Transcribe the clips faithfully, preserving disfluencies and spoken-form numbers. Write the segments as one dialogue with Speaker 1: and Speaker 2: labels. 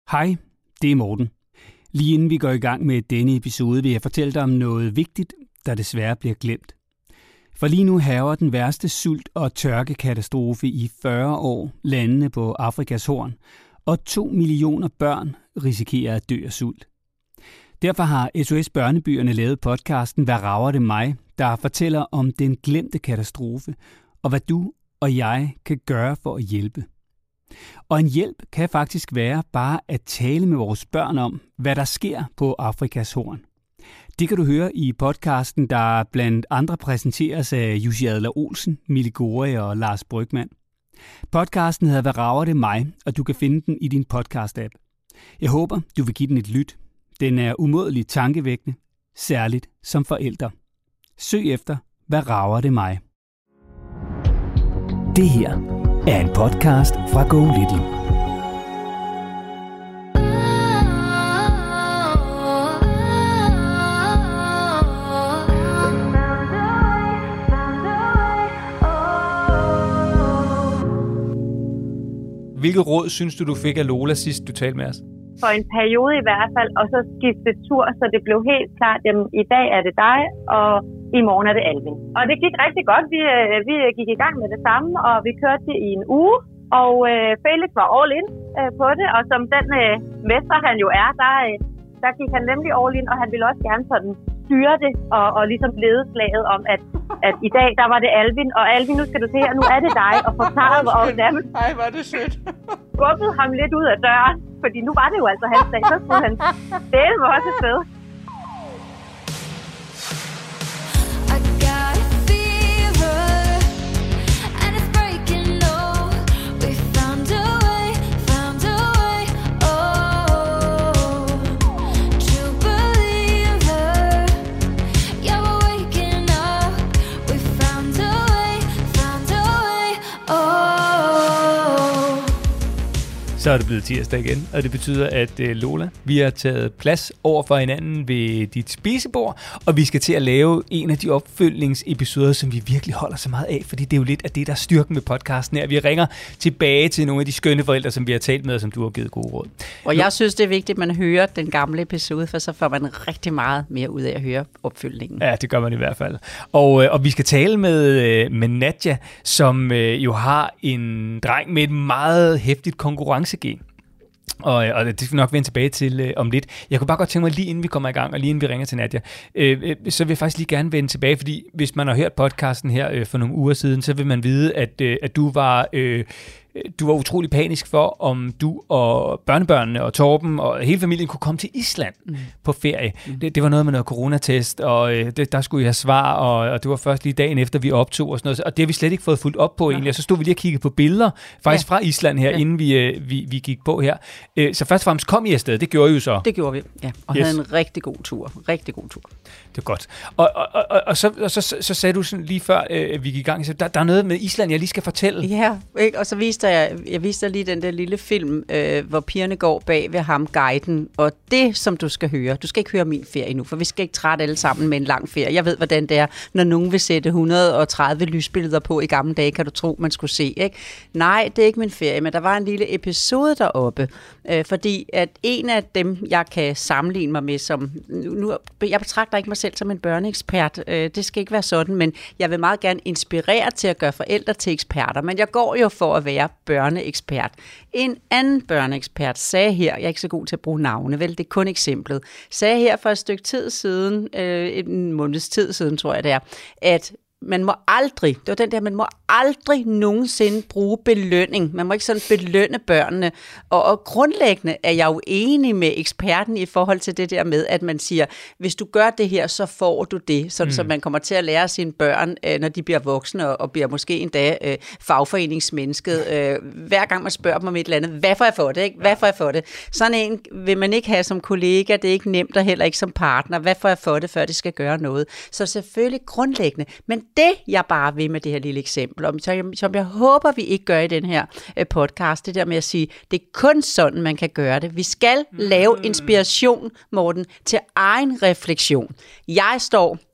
Speaker 1: Hej, det er Morten. Lige inden vi går i gang med denne episode, vil jeg fortælle dig om noget vigtigt, der desværre bliver glemt. For lige nu hærger den værste sult- og tørkekatastrofe i fyrre år landene på Afrikas Horn, og to millioner børn risikerer at dø af sult. Derfor har S O S Børnebyerne lavet podcasten Hvad rager det mig?, der fortæller om den glemte katastrofe, og hvad du og jeg kan gøre for at hjælpe. Og en hjælp kan faktisk være bare at tale med vores børn om, hvad der sker på Afrikas Horn. Det kan du høre i podcasten, der blandt andre præsenteres af Jussi Adler-Olsen, Mille Gore og Lars Brygmann. Podcasten hedder Hvad rager det mig?, og du kan finde den i din podcast-app. Jeg håber, du vil give den et lyt. Den er umådeligt tankevækkende, særligt som forældre. Søg efter Hvad rager det mig? Det her er en podcast fra Go Little.
Speaker 2: Hvilket råd synes du, du fik af Lola sidst, du talte med os?
Speaker 3: For en periode i hvert fald, og så skiftede tur, så det blev helt klart, at i dag er det dig, og i morgen er det Alvin. Og det gik rigtig godt. Vi, vi gik i gang med det samme, og vi kørte det i en uge, og øh, Felix var all in øh, på det, og som den øh, mester han jo er, der, øh, der gik han nemlig all in, og han ville også gerne sådan styre det, og, og ligesom lede slaget om, at, at i dag, der var det Alvin, og Alvin, nu skal du se her, nu er det dig, og forklarede mig om dem.
Speaker 4: Ej, var det sødt.
Speaker 3: Skubbede ham lidt ud af døren, fordi nu var det jo altså hans dag, så skulle han dele mig også et sted.
Speaker 2: Så er det blevet tirsdag igen, og det betyder, at Lola, vi har taget plads over for hinanden ved dit spisebord, og vi skal til at lave en af de opfølgningsepisoder, som vi virkelig holder så meget af, fordi det er jo lidt af det, der er styrken med podcasten her. Vi ringer tilbage til nogle af de skønne forældre, som vi har talt med, og som du har givet gode råd.
Speaker 4: Og jeg synes, det er vigtigt, at man hører den gamle episode, for så får man rigtig meget mere ud af at høre opfølgningen.
Speaker 2: Ja, det gør man i hvert fald. Og, og vi skal tale med, med Nadja, som jo har en dreng med et meget hæftigt konkurrence. Og, og det skal vi nok vende tilbage til øh, om lidt. Jeg kunne bare godt tænke mig, lige inden vi kommer i gang, og lige inden vi ringer til Nadja, øh, øh, så vil jeg faktisk lige gerne vende tilbage, fordi hvis man har hørt podcasten her øh, for nogle uger siden, så vil man vide, at, øh, at du var... Øh, Du var utrolig panisk for, om du og børnebørnene og Torben og hele familien kunne komme til Island mm. på ferie. Mm. Det, det var noget med noget coronatest, og øh, det, der skulle I have svar, og, og det var først lige dagen efter, vi optog og sådan noget. Og det har vi slet ikke fået fuldt op på egentlig. Og så stod vi lige og kiggede på billeder, faktisk ja. fra Island her, ja. inden vi, øh, vi, vi gik på her. Øh, så først og fremmest kom I afsted, det gjorde I jo så.
Speaker 4: Det gjorde vi, ja. Og yes. havde en rigtig god tur. Rigtig god tur.
Speaker 2: Det er godt. Og, og, og, og, så, og så, så, så sagde du sådan lige før, øh, vi gik i gang, så der, der er noget med Island, jeg lige skal fortælle.
Speaker 4: Ja, ikke? Og så viste jeg, jeg viste dig lige den der lille film, øh, hvor pigerne går bag ved ham, guiden, og det, som du skal høre, du skal ikke høre min ferie nu, for vi skal ikke trætte alle sammen med en lang ferie. Jeg ved, hvordan det er, når nogen vil sætte et hundrede og tredive lysbilleder på i gamle dage, kan du tro, man skulle se, ikke? Nej, det er ikke min ferie, men der var en lille episode deroppe, øh, fordi at en af dem, jeg kan sammenligne mig med, som, nu, jeg betragter ikke mig selv som en børneekspert, øh, det skal ikke være sådan, men jeg vil meget gerne inspirere til at gøre forældre til eksperter, men jeg går jo for at være børneekspert. En anden børneekspert sagde her, jeg er ikke så god til at bruge navne, vel, det er kun eksemplet, sagde her for et stykke tid siden, øh, en måneds tid siden, tror jeg det er, at man må aldrig, det var den der, man må aldrig nogensinde bruge belønning. Man må ikke sådan belønne børnene. Og, og grundlæggende er jeg jo enig med eksperten i forhold til det der med, at man siger, hvis du gør det her, så får du det. Sådan, mm. så man kommer til at lære sine børn, øh, når de bliver voksne og, og bliver måske endda øh, fagforeningsmennesket. Øh, hver gang man spørger dem om et eller andet, hvad får jeg for det? Ikke? Hvad får jeg for det? Sådan en vil man ikke have som kollega, det er ikke nemt og heller ikke som partner. Hvad får jeg for det, før det skal gøre noget? Så selvfølgelig grundlæggende. Men det, jeg bare vil med det her lille eksempel, og som jeg håber, vi ikke gør i den her podcast, det der med at sige, det er kun sådan, man kan gøre det. Vi skal lave inspiration, Morten, til egen refleksion. Jeg står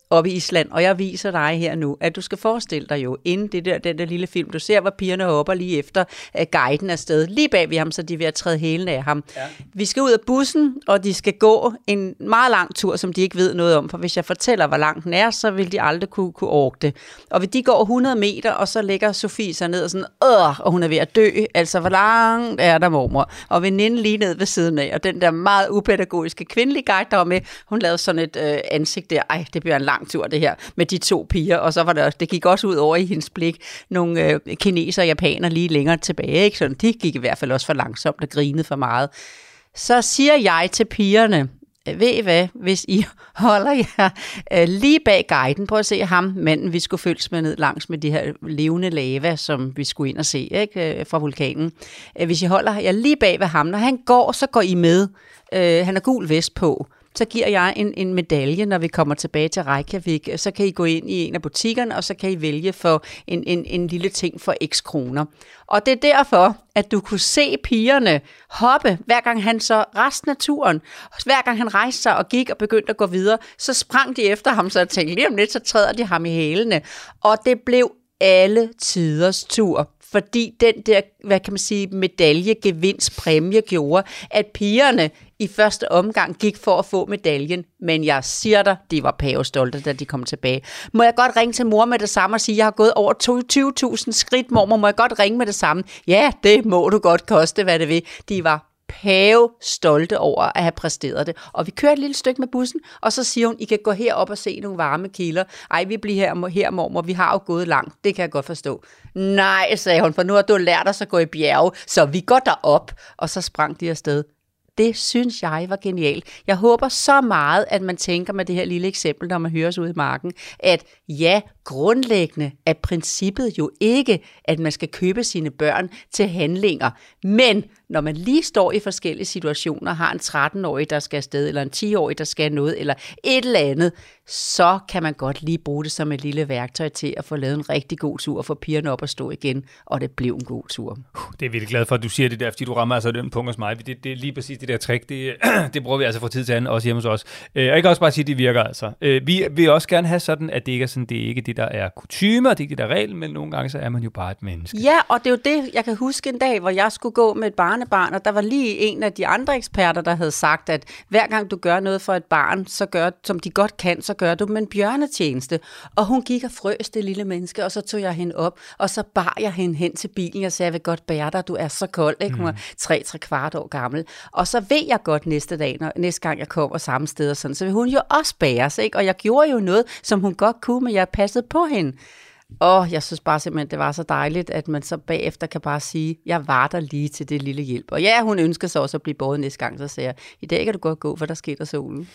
Speaker 4: oppe i Island, og jeg viser dig her nu, at du skal forestille dig jo, inden det der, den der lille film, du ser, hvor pigerne hopper lige efter uh, guiden afsted, lige bag ved ham, så de er ved at træde hælene af ham. Ja. Vi skal ud af bussen, og de skal gå en meget lang tur, som de ikke ved noget om, for hvis jeg fortæller, hvor lang den er, så vil de aldrig kunne, kunne orke det. Og hvis de går hundrede meter, og så lægger Sofie sig ned og sådan, Åh! Og hun er ved at dø, altså hvor langt er der, mormor? Og veninden lige ned ved siden af, og den der meget upædagogiske kvindelige guide, der var med, hun lavede sådan et øh, ansigt der, ej, det bliver en lang tur det her, med de to piger, og så var det, det gik også ud over i hendes blik, nogle øh, kineser og japaner lige længere tilbage, ikke? Sådan, de gik i hvert fald også for langsomt og grinede for meget. Så siger jeg til pigerne, ved I hvad, hvis I holder jer øh, lige bag guiden, prøv at se ham, manden vi skulle følges med ned langs med de her levende lava, som vi skulle ind og se, ikke, fra vulkanen. Øh, hvis I holder jer lige bag ved ham, når han går, så går I med. Øh, han har gul vest på. Så giver jeg en, en medalje, når vi kommer tilbage til Reykjavik. Så kan I gå ind i en af butikkerne, og så kan I vælge for en, en, en lille ting for x kroner. Og det er derfor, at du kunne se pigerne hoppe, hver gang han så resten af turen. Hver gang han rejste sig og gik og begyndte at gå videre, så sprang de efter ham, så jeg tænkte, lige om lidt, så træder de ham i hælene. Og det blev alle tiders tur. Fordi den der, hvad kan man sige, medaljegevinstpræmie gjorde, at pigerne i første omgang gik for at få medaljen, men jeg siger dig, de var pavestolte, da de kom tilbage. Må jeg godt ringe til mor med det samme og sige, jeg har gået over tyve tusind skridt, mormor, må jeg godt ringe med det samme? Ja, det må du godt koste, hvad det vil. De var pave stolte over at have præsteret det. Og vi kører et lille stykke med bussen, og så siger hun, I kan gå herop og se nogle varme kilder. Ej, vi bliver her, her mormor, vi har jo gået langt. Det kan jeg godt forstå. Nej, sagde hun, for nu har du lært os at gå i bjerge, så vi går derop. Og så sprang de afsted. Det synes jeg var genialt. Jeg håber så meget, at man tænker med det her lille eksempel, når man hører os ude i marken, at ja, grundlæggende er princippet jo ikke, at man skal købe sine børn til handlinger. Men når man lige står i forskellige situationer, har en tretten-årig, der skal afsted, eller en ti-årig, der skal noget, eller et eller andet, så kan man godt lige bruge det som et lille værktøj til at få lavet en rigtig god tur, og få pigerne op og stå igen, og det blev en god tur.
Speaker 2: Det er virkelig glad for, at du siger det der, fordi du rammer altså den punkt hos mig. Det, det er lige præcis det der trick, det, det bruger vi altså fra tid til anden, også hjemme hos os. Og jeg kan også bare sige, at det virker altså. Vi vil også gerne have sådan, at det ikke er sådan, det er ikke det, der er kutyme, og det er ikke det, der er regel, men nogle gange så er man jo bare et menneske.
Speaker 4: Ja, og det er jo det, jeg kan huske en dag, hvor jeg skulle gå med et barnebarn, og der var lige en af de andre eksperter, der havde sagt, at hver gang du gør noget for et barn, så gør, som de godt kan, så gør du dem en bjørnetjeneste. Og hun gik og frøs det lille menneske, og så tog jeg hende op, og så bar jeg hende hen til bilen, og sagde, jeg vil godt bære dig, du er så kold, ikke? Hun var tre, tre kvart år gammel. Og så ved jeg godt næste dag, når, næste gang jeg kommer samme sted og sådan, så vil hun jo også bæres, ikke? Og jeg gjorde jo noget, som hun godt kunne, men jeg passede på hende. Og jeg synes bare simpelthen, det var så dejligt, at man så bagefter kan bare sige, jeg var der lige til det lille hjælp. Og ja, hun ønsker sig også at blive båret næste gang, så siger jeg, i dag kan du godt gå, for der sker der solen.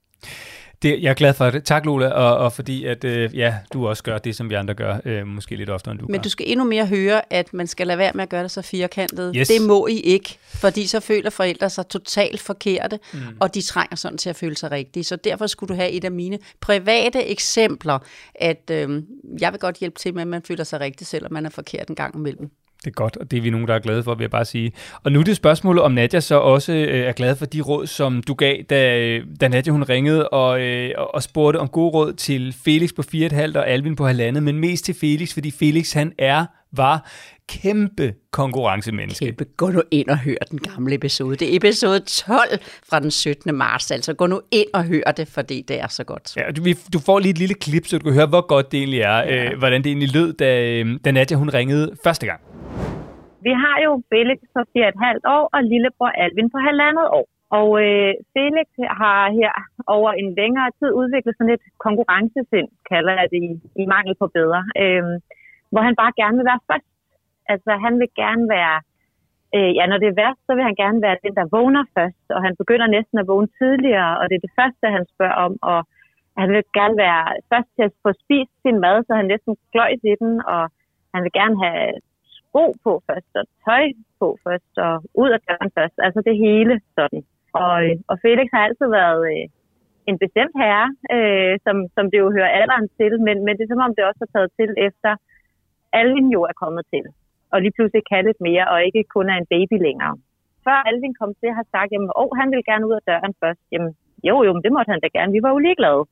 Speaker 2: Det, jeg er glad for det. Tak, Lola, og, og fordi at, øh, ja, du også gør det, som vi andre gør, øh, måske lidt oftere, end du
Speaker 4: Men
Speaker 2: gør.
Speaker 4: du skal endnu mere høre, at man skal lade være med at gøre det så firkantet.
Speaker 2: Yes.
Speaker 4: Det må I ikke, fordi så føler forældre sig totalt forkerte, mm. og de trænger sådan til at føle sig rigtige. Så derfor skulle du have et af mine private eksempler, at øh, jeg vil godt hjælpe til med, at man føler sig rigtig, selvom man er forkert en gang imellem.
Speaker 2: Det er godt, og det er vi nogen, der er glade for, vil jeg bare sige. Og nu er det spørgsmålet, om Nadia så også øh, er glad for de råd, som du gav, da, da Nadia hun ringede og, øh, og spurgte om gode råd til Felix på fire komma fem og Alvin på halvandet, men mest til Felix, fordi Felix han er, var kæmpe konkurrencemenneske.
Speaker 4: Kæmpe. Gå nu ind og hør den gamle episode. Det er episode tolv fra den syttende marts, altså gå nu ind og hør det, fordi det er så godt.
Speaker 2: Ja, du, du får lige et lille klip, så du kan høre, hvor godt det egentlig er, ja. øh, hvordan det egentlig lød, da, da Nadia hun ringede første gang.
Speaker 3: Vi har jo Felix på fire og et halvt år, og lillebror Alvin på halvandet år. Og øh, Felix har her over en længere tid udviklet sådan et konkurrencesind, kalder jeg det i, i mangel på bedre, øh, hvor han bare gerne vil være først. Altså han vil gerne være, øh, ja når det er værst, så vil han gerne være den, der vågner først, og han begynder næsten at vågne tidligere, og det er det første, han spørger om, og han vil gerne være først til at få spist sin mad, så han næsten gløjs i den, og han vil gerne have sko på først, og tøj på først, og ud af døren først. Altså det hele sådan. Og, og Felix har altid været øh, en bestemt herre, øh, som, som det jo hører alderen til, men, men det er som om det også har taget til efter Alvin jo er kommet til. Og lige pludselig kan lidt mere, og ikke kun er en baby længere. Før Alvin kom til, har sagt, jamen, åh, han ville gerne ud af døren først. Jamen, jo, jo, men det måtte han da gerne. Vi var jo ligeglade.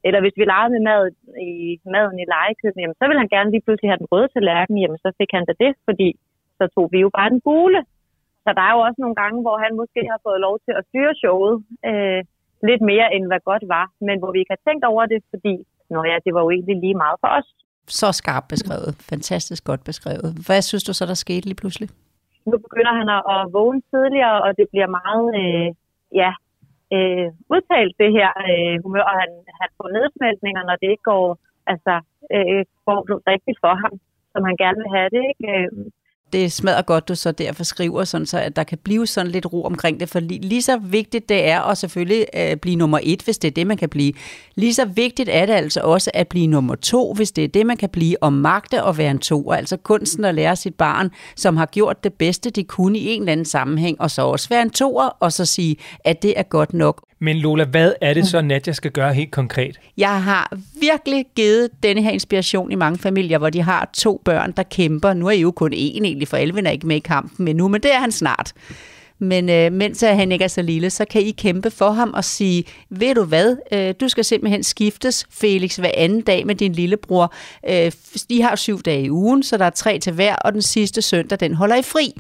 Speaker 3: Eller hvis vi legede med mad i, maden i legekøkkenet, jamen, så ville han gerne lige pludselig have den røde tallerken, jamen så fik han da det, fordi så tog vi jo bare den gule. Så der er jo også nogle gange, hvor han måske har fået lov til at styre showet øh, lidt mere, end hvad godt var, men hvor vi ikke har tænkt over det, fordi nå ja, det var jo egentlig lige meget for os.
Speaker 4: Så skarpt beskrevet. Fantastisk godt beskrevet. Hvad synes du så, der skete lige pludselig?
Speaker 3: Nu begynder han at vågne tidligere, og det bliver meget øh, ja, øh, udtalt det her øh, humør, og han, han får nedsmeltninger, når det ikke går, altså, øh, går rigtigt for ham, som han gerne vil have det. Ikke?
Speaker 4: Det smadrer godt, du så derfor skriver, sådan så at der kan blive sådan lidt ro omkring det, for lige, lige så vigtigt det er at selvfølgelig øh, blive nummer et, hvis det er det, man kan blive. Lige så vigtigt er det altså også at blive nummer to, hvis det er det, man kan blive, og magte at være en toer. Altså kunsten at lære sit barn, som har gjort det bedste, de kunne i en eller anden sammenhæng, og så også være en toer, og så sige, at det er godt nok.
Speaker 2: Men Lola, hvad er det så, Nadja skal gøre helt konkret?
Speaker 4: Jeg har virkelig givet denne her inspiration i mange familier, hvor de har to børn, der kæmper. Nu er I jo kun én egentlig, for Elvin er ikke med i kampen endnu, men det er han snart. Men øh, mens han ikke er så lille, så kan I kæmpe for ham og sige, ved du hvad, øh, du skal simpelthen skiftes, Felix, hver anden dag med din lillebror. Øh, de har syv dage i ugen, så der er tre til hver, og den sidste søndag, den holder I fri.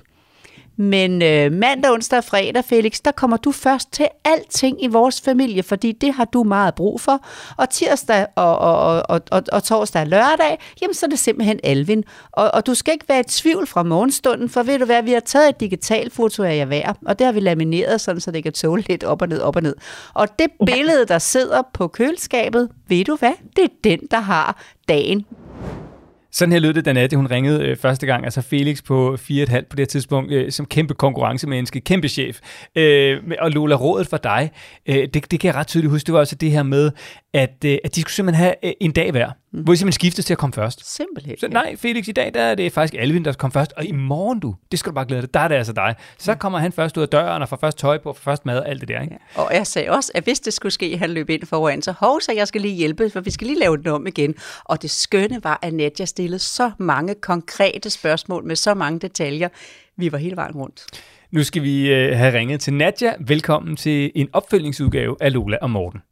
Speaker 4: Men øh, mandag, onsdag og fredag, Felix, der kommer du først til alting i vores familie, fordi det har du meget brug for. Og tirsdag og, og, og, og, og torsdag og lørdag, jamen så er det simpelthen Alvin. Og, og du skal ikke være i tvivl fra morgenstunden, for ved du hvad, vi har taget et digitalt foto af jer hver, og det har vi lamineret, sådan, så det kan tåle lidt op og ned, op og ned. Og det billede, der sidder på køleskabet, ved du hvad, det er den, der har dagen.
Speaker 2: Sådan her lød det, da Nadja, hun ringede øh, første gang, altså Felix på fire komma fem på det her tidspunkt, øh, som kæmpe konkurrencemenneske, kæmpe chef. Øh, og Lola, rådet for dig, øh, det, det kan jeg ret tydeligt huske, det var også det her med, at, øh, at de skulle simpelthen have øh, en dag hver, mm. hvor de simpelthen skiftes til at komme først.
Speaker 4: Simpelthen.
Speaker 2: Så nej, Felix, i dag der er det faktisk Alvin, der kom først, og i morgen du, det skal du bare glæde dig, der er det altså dig. Så kommer han først ud af døren, og får først tøj på, får først mad og alt det der, ikke?
Speaker 4: Ja. Og jeg sagde også, at hvis det skulle ske, han løb ind foran, så hov, så jeg skal lige hjælpe, for vi skal lige lave den om igen. Og det skønne var, at Nadja stillede så mange konkrete spørgsmål med så mange detaljer. Vi var hele vejen rundt.
Speaker 2: Nu skal vi øh, have ringet til Nadja. Velkommen til en opfølgningsudgave af Lola og Morten.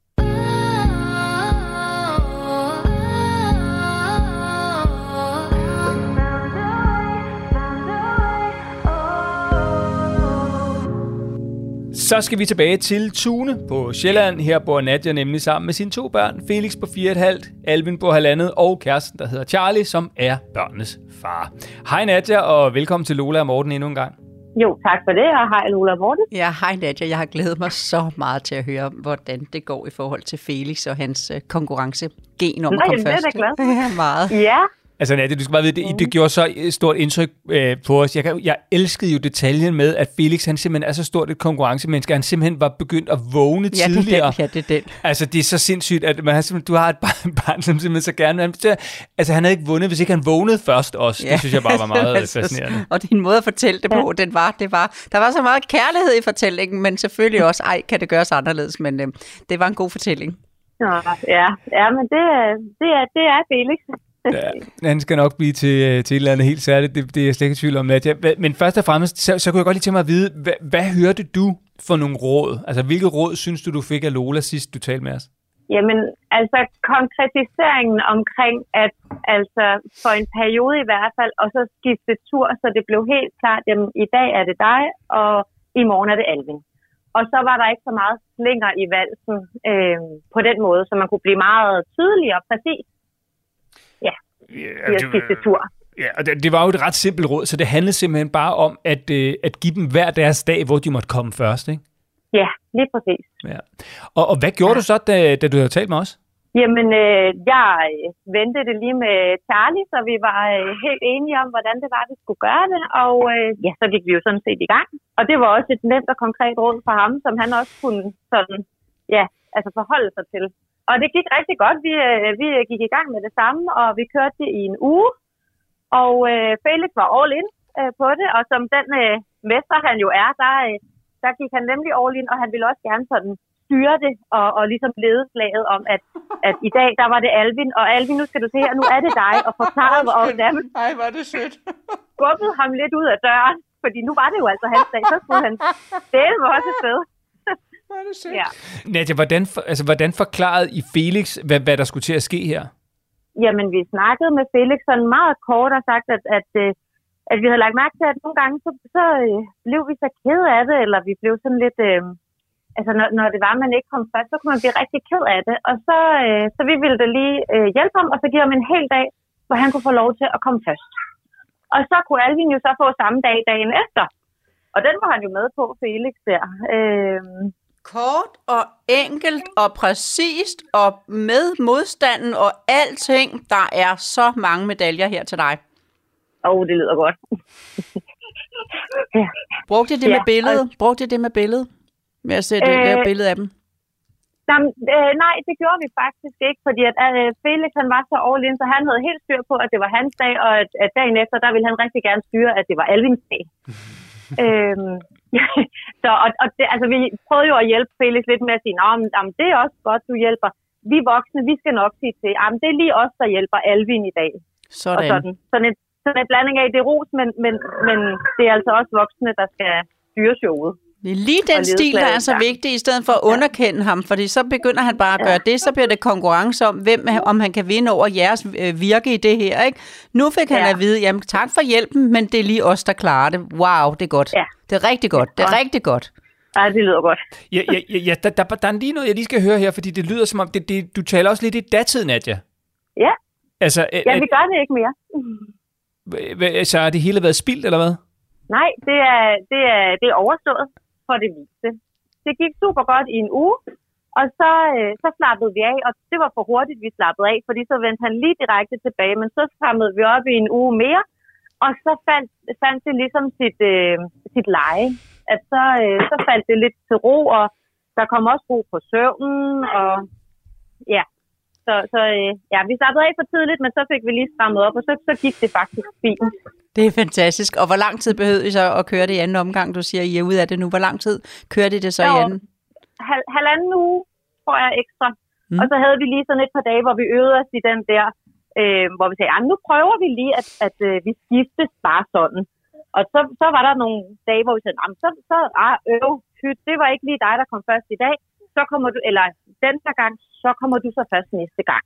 Speaker 2: Så skal vi tilbage til Tune på Sjælland. Her bor Nadja nemlig sammen med sine to børn. Felix på fire komma fem, Alvin på halvandet og kæresten, der hedder Charlie, som er børnenes far. Hej Nadja, og velkommen til Lola og Morten endnu en gang.
Speaker 3: Jo, tak for det, og hej Lola og Morten.
Speaker 4: Ja, hej Nadja. Jeg har glædet mig så meget til at høre, hvordan det går i forhold til Felix og hans konkurrencegen om
Speaker 3: Nå,
Speaker 4: at komme
Speaker 3: jamen,
Speaker 4: først.
Speaker 3: Det er da glad.
Speaker 4: Ja, meget.
Speaker 3: Ja.
Speaker 2: Altså Nadja, du skal bare vide, det, det gjorde så stort indtryk øh, på os. Jeg, kan, jeg elskede jo detaljen med, at Felix han simpelthen er så stort et konkurrencemenneske, han simpelthen var begyndt at vågne
Speaker 4: ja,
Speaker 2: tidligere.
Speaker 4: Det er den, ja, det er den.
Speaker 2: Altså det er så sindssygt, at man har simpelthen, du har et barn, barn som simpelthen så gerne... Han, altså han havde ikke vundet, hvis ikke han vågnede først også. Ja. Det synes jeg bare var meget fascinerende.
Speaker 4: Og din måde at fortælle det på, den var, det var, der var så meget kærlighed i fortællingen, men selvfølgelig også, ej, kan det gøres anderledes, men øh, det var en god fortælling.
Speaker 3: Nå, ja, ja, men det, det, er, det er Felix.
Speaker 2: Ja, han skal nok blive til, til et eller andet helt særligt, det, det er jeg slet ikke i tvivl om, Nadja. Men først og fremmest, så, så kunne jeg godt lige tænke mig at vide, hvad, hvad hørte du for nogle råd? Altså, hvilke råd synes du, du fik af Lola sidst, du talte med os?
Speaker 3: Jamen, altså konkretiseringen omkring, at altså for en periode i hvert fald, og så skifte tur, så det blev helt klart, at i dag er det dig, og i morgen er det Alvin. Og så var der ikke så meget slinger i valsen øh, på den måde, så man kunne blive meget tydelig og præcis. Ja,
Speaker 2: ja
Speaker 3: det, skifte tur.
Speaker 2: Ja, og det, det var jo et ret simpelt råd, så det handlede simpelthen bare om at, øh, at give dem hver deres dag, hvor de måtte komme først, ikke?
Speaker 3: Ja, lige præcis.
Speaker 2: Ja. Og, og hvad gjorde ja. du så, da, da du havde talt med os?
Speaker 3: Jamen, øh, jeg ventede det lige med Charlie, så vi var øh, helt enige om, hvordan det var, vi skulle gøre det. Og øh, ja, så gik vi jo sådan set i gang. Og det var også et nemt og konkret råd for ham, som han også kunne sådan, ja, altså forholde sig til. Og det gik rigtig godt. Vi, øh, vi gik i gang med det samme, og vi kørte det i en uge. Og øh, Felix var all in øh, på det, og som den øh, mester han jo er, der, øh, der gik han nemlig all in, og han ville også gerne sådan styre det, og, og ligesom lede slaget om, at, at i dag, der var det Alvin, og Alvin, nu skal du se her, nu er det dig, og forklare, og nærmest
Speaker 4: Ej, var det sødt.
Speaker 3: skubbede ham lidt ud af døren, fordi nu var det jo altså hans dag, så skulle han dele mig også et sted. Ja.
Speaker 2: Nadja, hvordan, for, altså, hvordan forklarede I Felix, hvad, hvad der skulle til at ske her?
Speaker 3: Jamen, vi snakkede med Felix sådan meget kort og sagt, at, at, at vi havde lagt mærke til, at nogle gange, så, så øh, blev vi så ked af det, eller vi blev sådan lidt... Øh, altså, når, når det var, man ikke kom først, så kunne man blive rigtig ked af det. Og så, øh, så vi ville da lige øh, hjælpe ham, og så give ham en hel dag, hvor han kunne få lov til at komme først. Og så kunne Alvin jo så få samme dag dagen efter. Og den var han jo med på, Felix der. Øh,
Speaker 4: Kort og enkelt og præcist og med modstanden og alting. Der er så mange medaljer her til dig.
Speaker 3: Åh, oh, det lyder godt.
Speaker 4: ja. Brugte I det med ja, billedet? Og... Brugte I det med billedet? Med at sætte øh, et billede af dem?
Speaker 3: Jamen, øh, nej, det gjorde vi faktisk ikke, fordi at, øh, Felix han var så all-in, så han havde helt styr på, at det var hans dag, og at, at dagen efter, der ville han rigtig gerne styre, at det var Alvins dag. øhm, så, og, og det, altså, vi prøvede jo at hjælpe Felix lidt med at sige, at det er også godt, du hjælper. Vi voksne, vi skal nok sige til, at det er lige os, der hjælper Alvin i dag.
Speaker 4: Sådan.
Speaker 3: Og sådan. Sådan en, sådan en blanding af, det er ros, men, men, men det er altså også voksne, der skal styre showet.
Speaker 4: Det er lige den stil, der er så vigtig, i stedet for at underkende ham, fordi så begynder han bare at gøre ja. det, så bliver det konkurrence om, hvem, om han kan vinde over jeres virke i det her, ikke? Nu fik han ja. at vide, jamen tak for hjælpen, men det er lige os, der klarer det. Wow, det er godt. Ja. Det er rigtig godt. Det er ja. rigtig godt.
Speaker 3: Ja, det lyder godt.
Speaker 2: Ja, ja, ja der, der, der er lige noget, jeg lige skal høre her, fordi det lyder som om, det, det, du taler også lidt i datid, Nadja.
Speaker 3: Ja.
Speaker 2: Altså,
Speaker 3: ja, vi gør det ikke mere.
Speaker 2: Så har det hele været spildt, eller hvad?
Speaker 3: Nej, det er, det er, det er overstået for det viste. Det gik super godt i en uge, og så, øh, så slappede vi af, og det var for hurtigt, vi slappede af, fordi så vendte han lige direkte tilbage, men så strammede vi op i en uge mere, og så fandt, fandt det ligesom sit, øh, sit leje. At så, øh, så faldt det lidt til ro, og der kom også ro på søvnen, og ja, så, så øh, ja, vi slappede af for tidligt, men så fik vi lige strammet op, og så, så gik det faktisk fint.
Speaker 4: Det er fantastisk. Og hvor lang tid behøvede I så at køre det i anden omgang? Du siger, I er ude af det nu. Hvor lang tid kørte I det så jo, i anden?
Speaker 3: Hal, halvanden uge, tror jeg, ekstra. Mm. Og så havde vi lige sådan et par dage, hvor vi øvede os i den der, øh, hvor vi sagde, nu prøver vi lige, at, at øh, vi skiftes bare sådan. Og så, så var der nogle dage, hvor vi sagde, så, så ah, øv, hyt, det var ikke lige dig, der kom først i dag. Så kommer du, eller den her gang, så kommer du så først næste gang.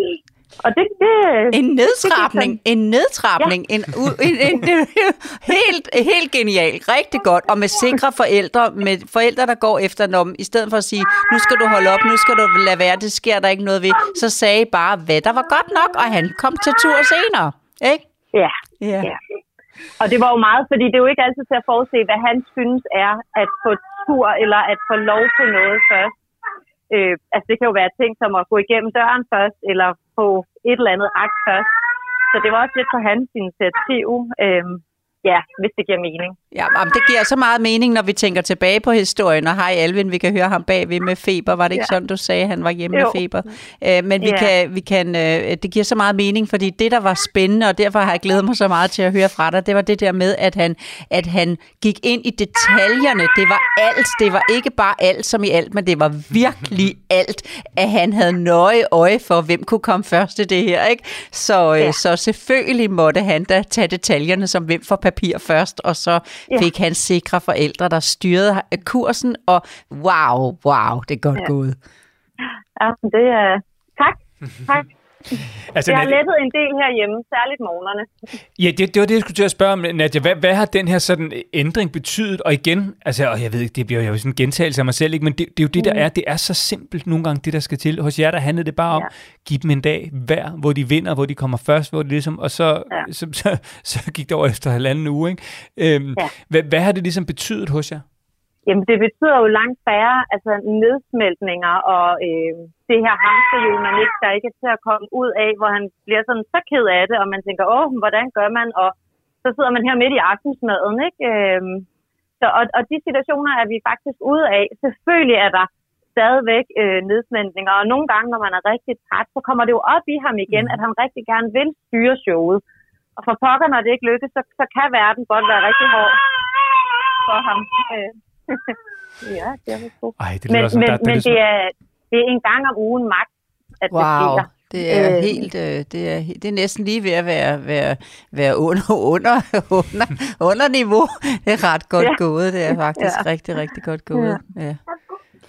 Speaker 3: Og det, det,
Speaker 4: en nedtrapning, det en nedtrapning, ja. en, en, en, en helt, helt genial, rigtig godt, og med sikre forældre, med forældre, der går efter dem, i stedet for at sige, nu skal du holde op, nu skal du lade være, det sker der ikke noget ved, så sagde I bare, hvad der var godt nok, og han kom til tur senere, ikke?
Speaker 3: Ja, ja. ja. Og det var jo meget, fordi det er jo ikke altid til at forudse, hvad han synes er at få tur, eller at få lov til noget først. Øh, altså det kan jo være ting som at gå igennem døren først, eller få et eller andet akt først. Så det var også lidt på hans initiativ, øh, ja, hvis det giver mening.
Speaker 4: Ja, men det giver så meget mening, når vi tænker tilbage på historien, og hej Alvin, vi kan høre ham bagved med feber, var det ikke ja. sådan, du sagde, han var hjemme jo. med feber? Øh, men vi ja. kan, vi kan, øh, det giver så meget mening, fordi det, der var spændende, og derfor har jeg glædet mig så meget til at høre fra dig, det var det der med, at han, at han gik ind i detaljerne. Det var alt, det var ikke bare alt som i alt, men det var virkelig alt, at han havde nøje øje for, hvem kunne komme først i det her, ikke? Så, øh, ja. så selvfølgelig måtte han da tage detaljerne som hvem får papir først, og så fik ja. han sikre forældre, der styrede kursen, og wow, wow, det er godt ja. gået.
Speaker 3: Ja, det er... Tak, tak.
Speaker 2: Altså,
Speaker 3: det har
Speaker 2: Nadja,
Speaker 3: lettet en del herhjemme, særligt morgenerne.
Speaker 2: Ja, det, det var det, jeg skulle til at spørge om, Nadja. Hvad, hvad har den her sådan ændring betydet? Og igen, altså, og jeg ved ikke, det bliver jo sådan en gentagelse af mig selv, ikke? Men det, det er jo det, der mm. er. Det er så simpelt nogle gange, det der skal til. Hos jer, der handlede det bare om, ja. give dem en dag hver, hvor de vinder, hvor de kommer først, hvor de ligesom, og så, ja. så, så, så gik det over efter halvanden uge, ikke? Øhm, ja. hvad, hvad har det ligesom betydet hos jer?
Speaker 3: Jamen, det betyder jo langt færre altså nedsmeltninger og øh, det her hamsterhjul, man ikke, der ikke er til at komme ud af, hvor han bliver sådan så ked af det, og man tænker, åh, hvordan gør man? Og så sidder man her midt i aftensmaden, ikke? Øh, så, og, og de situationer er vi faktisk ude af. Selvfølgelig er der stadigvæk øh, nedsmeltninger, og nogle gange, når man er rigtig træt, så kommer det jo op i ham igen, at han rigtig gerne vil styre showet. Og for pokker, når det ikke lykkes, så, så kan verden godt være rigtig hård for ham. Øh. ja, det er det.
Speaker 2: Ej, det
Speaker 3: men
Speaker 2: som,
Speaker 3: men,
Speaker 2: der, det
Speaker 3: men
Speaker 2: ligesom...
Speaker 3: det, er, det er en gang om ugen maks, at
Speaker 4: wow,
Speaker 3: det sker.
Speaker 4: det er øh. helt, det er, det er næsten lige ved at være, være, være under, under, under, under niveau. Det er ret godt ja. gået, det er faktisk ja. rigtig, rigtig godt gået. Ja. Ja.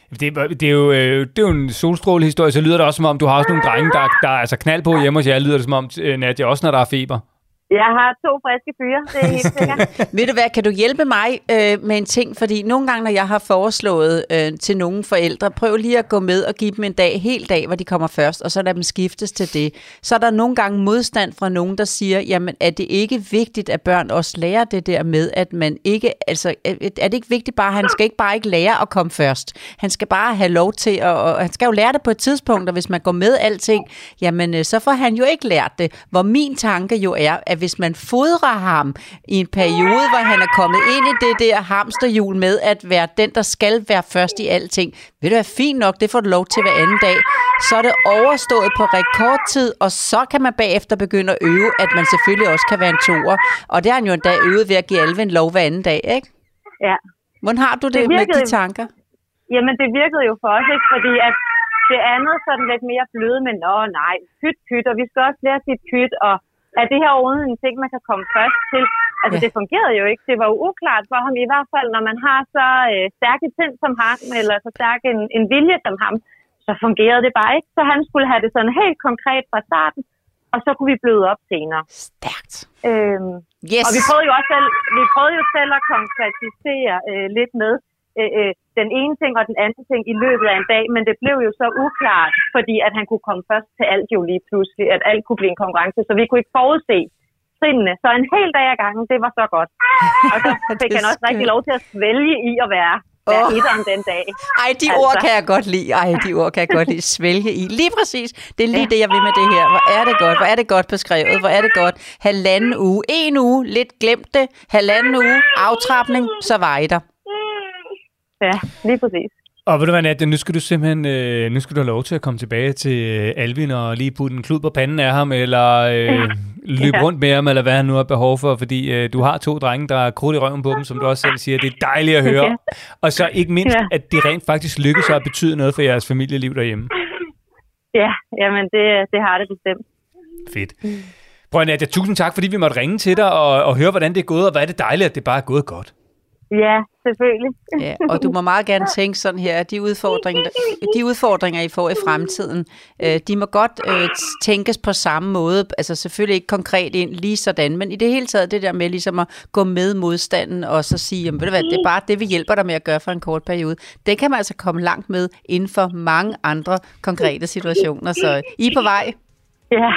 Speaker 2: Det, det, er jo, det er jo en solstrålehistorie, så lyder det også som om, du har også nogle drenge, der, der er altså knald på hjemme hos jer. Lyder det som om, Nadia, også når der er feber?
Speaker 3: Jeg har to friske fyre, det er helt sikkert.
Speaker 4: Ved du hvad, kan du hjælpe mig øh, med en ting? Fordi nogle gange, når jeg har foreslået øh, til nogle forældre, prøv lige at gå med og give dem en dag, helt dag, hvor de kommer først, og så lad dem skiftes til det. Så er der nogle gange modstand fra nogen, der siger, jamen er det ikke vigtigt, at børn også lærer det der med, at man ikke, altså er det ikke vigtigt bare, han skal ikke bare ikke lære at komme først. Han skal bare have lov til, at, og han skal jo lære det på et tidspunkt, og hvis man går med alting, jamen øh, så får han jo ikke lært det. Hvor min tanke jo er, at hvis man fodrer ham i en periode, hvor han er kommet ind i det der hamsterhjul med at være den, der skal være først i alting. Ved du hvad, fint nok, det får du lov til hver anden dag. Så er det overstået på rekordtid, og så kan man bagefter begynde at øve, at man selvfølgelig også kan være en toer. Og det har han jo endda øvet ved at give Alvin lov hver anden dag, ikke?
Speaker 3: Ja.
Speaker 4: Hvordan har du det, det virkede, med de tanker?
Speaker 3: Jamen, det virkede jo for os, ikke? Fordi at det andet sådan lidt mere bløde, men nå nej, pyt, pyt, og vi skal også lære sit pyt, og er det her overhovedet en ting, man kan komme først til? Altså, ja. Det fungerede jo ikke. Det var jo uklart for ham, i hvert fald, når man har så øh, stærke sind som ham, eller så stærk en, en vilje som ham, så fungerede det bare ikke. Så han skulle have det sådan helt konkret fra starten, og så kunne vi bløde op senere.
Speaker 4: Stærkt.
Speaker 3: Øhm,
Speaker 4: yes.
Speaker 3: Og vi prøvede jo også selv, vi prøvede jo selv at konkretisere øh, lidt med øh, øh, den ene ting og den anden ting i løbet af en dag, men det blev jo så uklart, fordi at han kunne komme først til alt jo lige pludselig, at alt kunne blive en konkurrence, så vi kunne ikke forudse trinene. Så en hel dag ad gangen, det var så godt. Og så fik han også rigtig lov til at svælge i at være, være oh. etteren den dag.
Speaker 4: Ej, de altså. ord kan jeg godt lide. Ej, de ord kan jeg godt lide. Svælge i. Lige præcis. Det er lige ja. det, jeg vil med det her. Hvor er det godt. Hvor er det godt beskrevet. Hvor er det godt. Halvanden uge. En uge. Lidt glemt det. Halvanden uge. Aftrapning. Så var I der.
Speaker 3: Ja, lige præcis.
Speaker 2: Og ved du hvad, Nadia, nu skal du simpelthen øh, nu skal du have lov til at komme tilbage til Alvin og lige putte en klud på panden af ham, eller øh, løbe ja. rundt med ham, eller hvad han nu har behov for, fordi øh, du har to drenge, der er krudt i røven på dem, som du også selv siger. Det er dejligt at høre. Ja. Og så ikke mindst, ja. at det rent faktisk lykkes at betyde noget for jeres familieliv derhjemme.
Speaker 3: Ja, jamen det, det har det bestemt.
Speaker 2: Fedt. Prøv Nadia, tusind tak, fordi vi måtte ringe til dig og, og høre, hvordan det er gået, og hvad er det dejligt, at det bare er gået godt.
Speaker 3: Ja, selvfølgelig.
Speaker 4: Ja, og du må meget gerne tænke sådan her, de udfordringer, de udfordringer I får i fremtiden, de må godt øh, tænkes på samme måde, altså selvfølgelig ikke konkret ind lige sådan, men i det hele taget det der med ligesom at gå med modstanden og så sige, jamen, ved du hvad, det er bare det, vi hjælper dig med at gøre for en kort periode. Det kan man altså komme langt med inden for mange andre konkrete situationer, så I er på vej.
Speaker 3: Ja.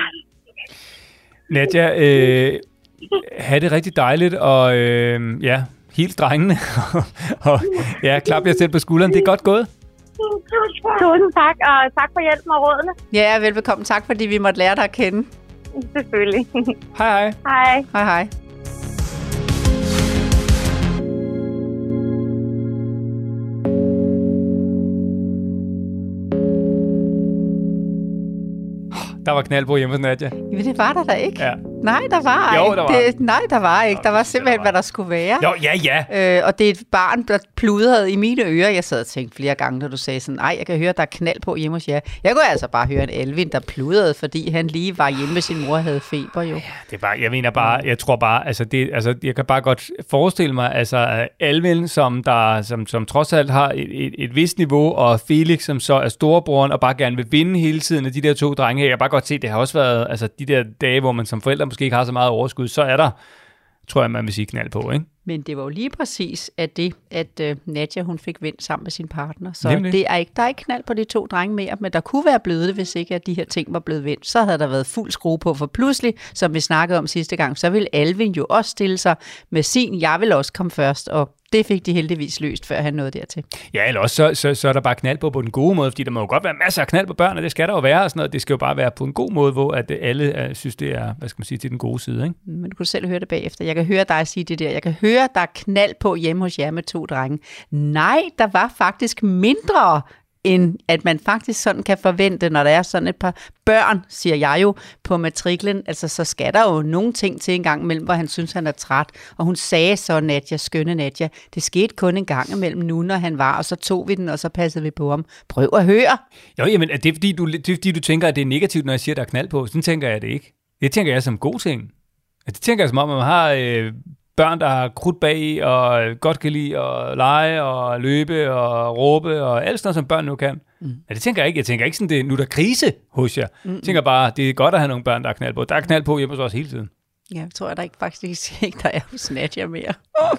Speaker 2: Nadia, øh, have det rigtig dejligt, og øh, ja, helt drengene, og ja, klap jer selv på skulderen. Det er godt gået.
Speaker 3: Tusind tak, og tak for hjælpen og rådene.
Speaker 4: Ja, velbekomme. Tak, fordi vi måtte lære dig at kende.
Speaker 3: Selvfølgelig.
Speaker 2: Hej, hej.
Speaker 3: Hej.
Speaker 4: Hej, hej.
Speaker 2: Der var knald på hjemme hos Nadia.
Speaker 4: Jamen, det var der da ikke.
Speaker 2: Ja.
Speaker 4: Nej, der var
Speaker 2: jo,
Speaker 4: ikke.
Speaker 2: Der var.
Speaker 4: Det, nej, der var ikke. Der var simpelthen, hvad der skulle være.
Speaker 2: Jo, ja, ja.
Speaker 4: Øh, og det er et barn, der pludrede i mine ører. Jeg sad og tænkte flere gange, når du sagde sådan, nej, jeg kan høre, der er knald på hjemme hos jer. Jeg kunne altså bare høre en Alvin, der pludrede, fordi han lige var hjemme med sin mor og havde feber jo. Ja,
Speaker 2: det er bare, jeg mener bare, jeg tror bare, altså, det, altså jeg kan bare godt forestille mig, altså Alvin, som, der, som, som trods alt har et, et, et vist niveau, og Felix, som så er storebroren, og bare gerne vil vinde hele tiden af de der to drenge her. Jeg kan bare godt se, det har også været, altså de der dage, hvor man som forældre måske ikke har så meget overskud, så er der, tror jeg, man vil sige knald på, ikke?
Speaker 4: Men det var jo lige præcis at det, at uh, Nadia, hun fik vind sammen med sin partner. Så
Speaker 2: Nemlig.
Speaker 4: det er ikke, der er ikke knald på de to drenge mere, men der kunne være bløde, hvis ikke at de her ting var blevet vind. Så havde der været fuld skrue på, for pludselig, som vi snakkede om sidste gang, så ville Alvin jo også stille sig med sin, jeg vil også komme først, og det fik de heldigvis løst, før han nåede dertil.
Speaker 2: Ja, eller også så, så, så er der bare knald på på den gode måde, fordi der må jo godt være masser af knald på børn, og det skal der jo være, og sådan noget. Det skal jo bare være på en god måde, hvor at alle uh, synes, det er, hvad skal man sige, til den gode side, ikke?
Speaker 4: Men du kunne selv høre det bagefter. Jeg kan høre dig sige det der. Jeg kan høre, der er knald på hjemme hos jer med to drenge. Nej, der var faktisk mindre, end at man faktisk sådan kan forvente, når der er sådan et par børn, siger jeg jo, på matriklen. Altså, så skal der jo nogle ting til en gang imellem, hvor han synes, han er træt. Og hun sagde så, Nadia, skønne Nadia, det skete kun en gang imellem nu, når han var, og så tog vi den, og så passede vi på ham. Prøv at høre.
Speaker 2: Jo, jamen, det er fordi, du, det er fordi, du tænker, at det er negativt, når jeg siger, der er knald på. Sådan tænker jeg det ikke. Det tænker jeg som god ting. Det tænker jeg som om, at man har øh, børn, der har krudt bag og godt kan lide at lege og løbe og råbe og alt sådan noget, som børn nu kan. Mm. Ja, det tænker jeg ikke. Jeg tænker ikke sådan, det er nu der er krise hos jer. Mm. Jeg tænker bare, det er godt at have nogle børn, der er knald på. Der er knald på hjemme hos os hele tiden.
Speaker 4: Ja, jeg tror, at der ikke faktisk ikke, der er hos Nadja mere.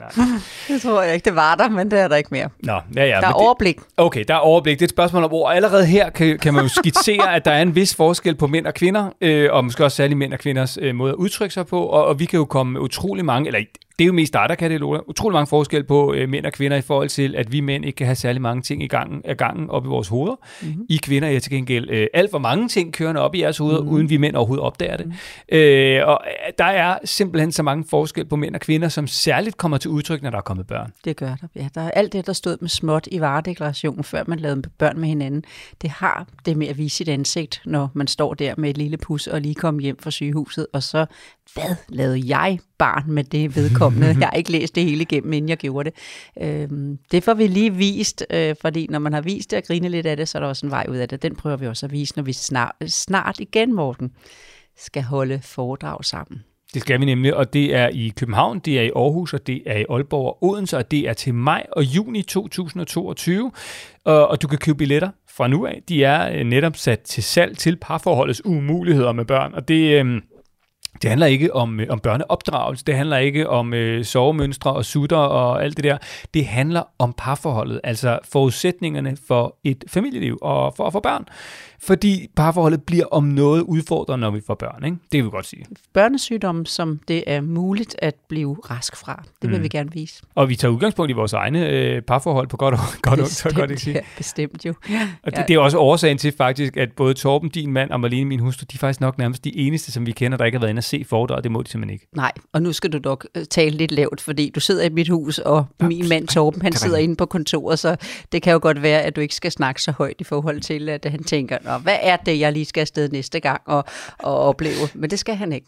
Speaker 4: Det tror jeg ikke, det var der, men det er der ikke mere.
Speaker 2: Nå, ja, ja,
Speaker 4: der er overblik.
Speaker 2: Det, okay, der er overblik. Det er et spørgsmål om ord. Allerede her kan, kan man jo skitsere, at der er en vis forskel på mænd og kvinder, øh, og måske også særligt mænd og kvinders øh, måde at udtrykke sig på, og, og vi kan jo komme med utrolig mange, eller det er jo mest dig, der kan det, Lola. Utrolig mange forskel på øh, mænd og kvinder i forhold til, at vi mænd ikke kan have særlig mange ting i gangen, af gangen op i vores hoveder. Mm-hmm. I kvinder er til gengæld øh, alt for mange ting kørende op i jeres hoveder, mm-hmm. uden vi mænd overhovedet opdager det. Mm-hmm. Øh, og der er simpelthen så mange forskel på mænd og kvinder, som særligt kommer til udtryk, når der er kommet børn.
Speaker 4: Det gør der. Ja, der er alt det, der stod med småt i varedeklarationen, før man lavede børn med hinanden. Det har det med at vise sit ansigt, når man står der med et lille pus og lige kommer hjem fra sygehuset, og så, hvad lavede jeg barn med det vedkommende? Jeg har ikke læst det hele igennem, inden jeg gjorde det. Øhm, det får vi lige vist, øh, fordi når man har vist det og grinet lidt af det, så er der også en vej ud af det. Den prøver vi også at vise, når vi snart, snart igen, Morten, skal holde foredrag sammen.
Speaker 2: Det skal vi nemlig, og det er i København, det er i Aarhus, og det er i Aalborg og Odense, og det er til maj og juni to tusind og toogtyve. Og, og du kan købe billetter fra nu af. De er netop sat til salg til parforholdets umuligheder med børn, og det... Øh, Det handler ikke om, om børneopdragelse, det handler ikke om øh, sovemønstre og sutter og alt det der. Det handler om parforholdet, altså forudsætningerne for et familieliv og for at få børn. Fordi parforholdet bliver om noget udfordrende, når vi får børn, ikke? Det kan vi godt sige.
Speaker 4: Børnesygdomme, som det er muligt at blive rask fra. Det vil mm. vi gerne vise.
Speaker 2: Og vi tager udgangspunkt i vores egne øh, parforhold på godt og godt, bestemt, godt ikke sige.
Speaker 4: Ja, bestemt jo.
Speaker 2: Og det, det er også årsagen til faktisk, at både Torben, din mand, og Marlene, min hustru, de er faktisk nok nærmest de eneste, som vi kender, der ikke har været inde at se foredrag. Det må de simpelthen ikke.
Speaker 4: Nej, og nu skal du dog tale lidt lavt, fordi du sidder i mit hus, og ja, min mand Torben, han sidder inde på kontoret, så det kan jo godt være, at du ikke skal snakke så højt i forhold til, at han tænker, nå, hvad er det, jeg lige skal afsted næste gang og, og opleve? Men det skal han ikke.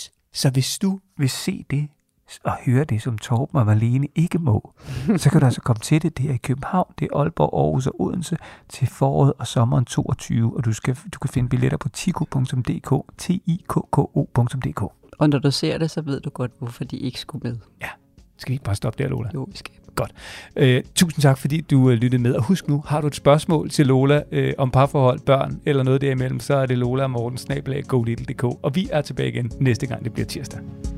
Speaker 1: Så hvis du vil se det og høre det, som Torben og Marlene ikke må, så kan du altså komme til det. Det er i København, det er Aalborg, Aarhus og Odense til foråret og sommeren toogtyve, og du, skal, du kan finde billetter på tico punktum d k, t i k k o punktum d k.
Speaker 4: Og når du ser det, så ved du godt, hvorfor de ikke skulle med.
Speaker 2: Ja. Skal vi ikke bare stoppe der, Lola?
Speaker 4: Jo, vi skal.
Speaker 2: Godt. Øh, tusind tak, fordi du øh, lyttede med. Og husk nu, har du et spørgsmål til Lola øh, om parforhold, børn eller noget derimellem, så er det Lola og Morten snabel-a go little punktum d k. Og vi er tilbage igen næste gang, det bliver tirsdag.